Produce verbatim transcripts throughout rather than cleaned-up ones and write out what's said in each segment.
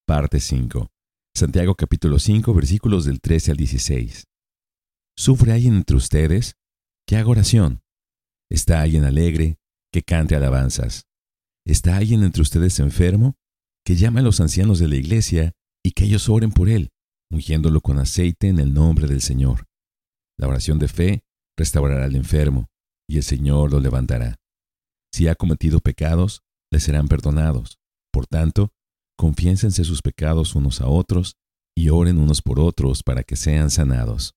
Parte cinco. Santiago capítulo cinco, versículos del trece al dieciséis. ¿Sufre alguien entre ustedes? Que haga oración. ¿Está alguien alegre? Que cante alabanzas. ¿Está alguien entre ustedes enfermo? Que llame a los ancianos de la iglesia y que ellos oren por él, ungiéndolo con aceite en el nombre del Señor. La oración de fe restaurará al enfermo, y el Señor lo levantará. Si ha cometido pecados, le serán perdonados. Por tanto, confiénsense sus pecados unos a otros y oren unos por otros para que sean sanados.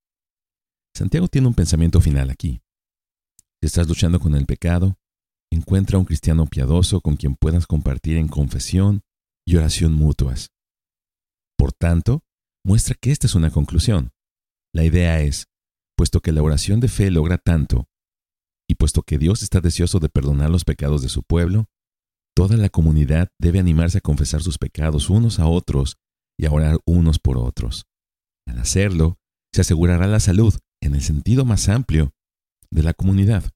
Santiago tiene un pensamiento final aquí. Si estás luchando con el pecado, encuentra un cristiano piadoso con quien puedas compartir en confesión y oración mutuas. Por tanto, muestra que esta es una conclusión. La idea es, puesto que la oración de fe logra tanto, y puesto que Dios está deseoso de perdonar los pecados de su pueblo, toda la comunidad debe animarse a confesar sus pecados unos a otros y a orar unos por otros. Al hacerlo, se asegurará la salud, en el sentido más amplio, de la comunidad.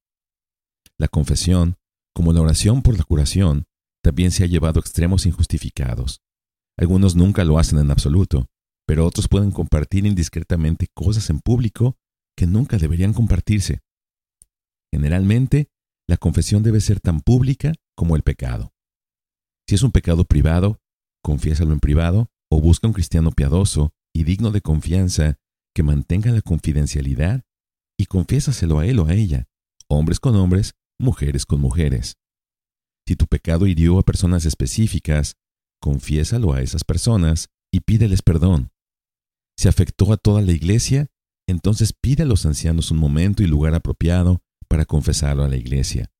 La confesión, como la oración por la curación, también se ha llevado a extremos injustificados. Algunos nunca lo hacen en absoluto, pero otros pueden compartir indiscretamente cosas en público que nunca deberían compartirse. Generalmente, la confesión debe ser tan pública como el pecado. Si es un pecado privado, confiésalo en privado o busca un cristiano piadoso y digno de confianza que mantenga la confidencialidad y confiésaselo a él o a ella, hombres con hombres, mujeres con mujeres. Si tu pecado hirió a personas específicas, confiésalo a esas personas y pídeles perdón. Si afectó a toda la iglesia, entonces pide a los ancianos un momento y lugar apropiado para confesarlo a la iglesia.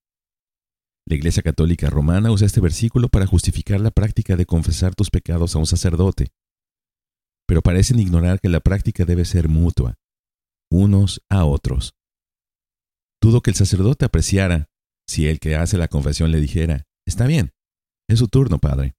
La Iglesia Católica Romana usa este versículo para justificar la práctica de confesar tus pecados a un sacerdote. Pero parecen ignorar que la práctica debe ser mutua, unos a otros. Dudo que el sacerdote apreciara si el que hace la confesión le dijera, «Está bien, es su turno, padre».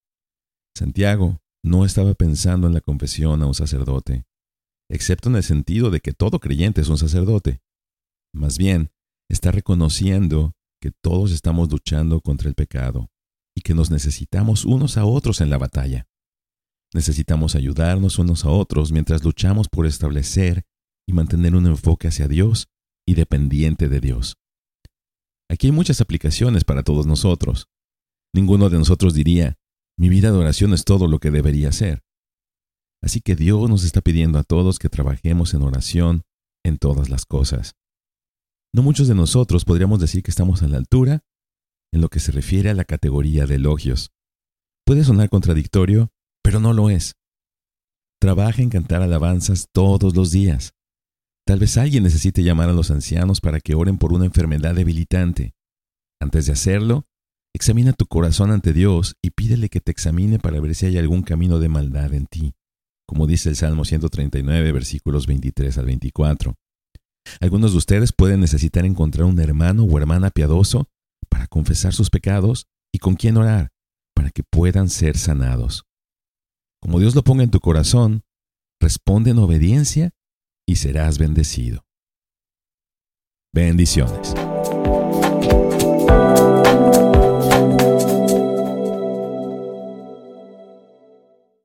Santiago no estaba pensando en la confesión a un sacerdote, excepto en el sentido de que todo creyente es un sacerdote. Más bien, está reconociendo que todos estamos luchando contra el pecado y que nos necesitamos unos a otros en la batalla. Necesitamos ayudarnos unos a otros mientras luchamos por establecer y mantener un enfoque hacia Dios y dependiente de Dios. Aquí hay muchas aplicaciones para todos nosotros. Ninguno de nosotros diría, mi vida de oración es todo lo que debería ser. Así que Dios nos está pidiendo a todos que trabajemos en oración en todas las cosas. No muchos de nosotros podríamos decir que estamos a la altura en lo que se refiere a la categoría de elogios. Puede sonar contradictorio, pero no lo es. Trabaja en cantar alabanzas todos los días. Tal vez alguien necesite llamar a los ancianos para que oren por una enfermedad debilitante. Antes de hacerlo, examina tu corazón ante Dios y pídele que te examine para ver si hay algún camino de maldad en ti, como dice el Salmo ciento treinta y nueve, versículos veintitrés al veinticuatro. Algunos de ustedes pueden necesitar encontrar un hermano o hermana piadoso para confesar sus pecados y con quien orar para que puedan ser sanados. Como Dios lo ponga en tu corazón, responde en obediencia y serás bendecido. Bendiciones.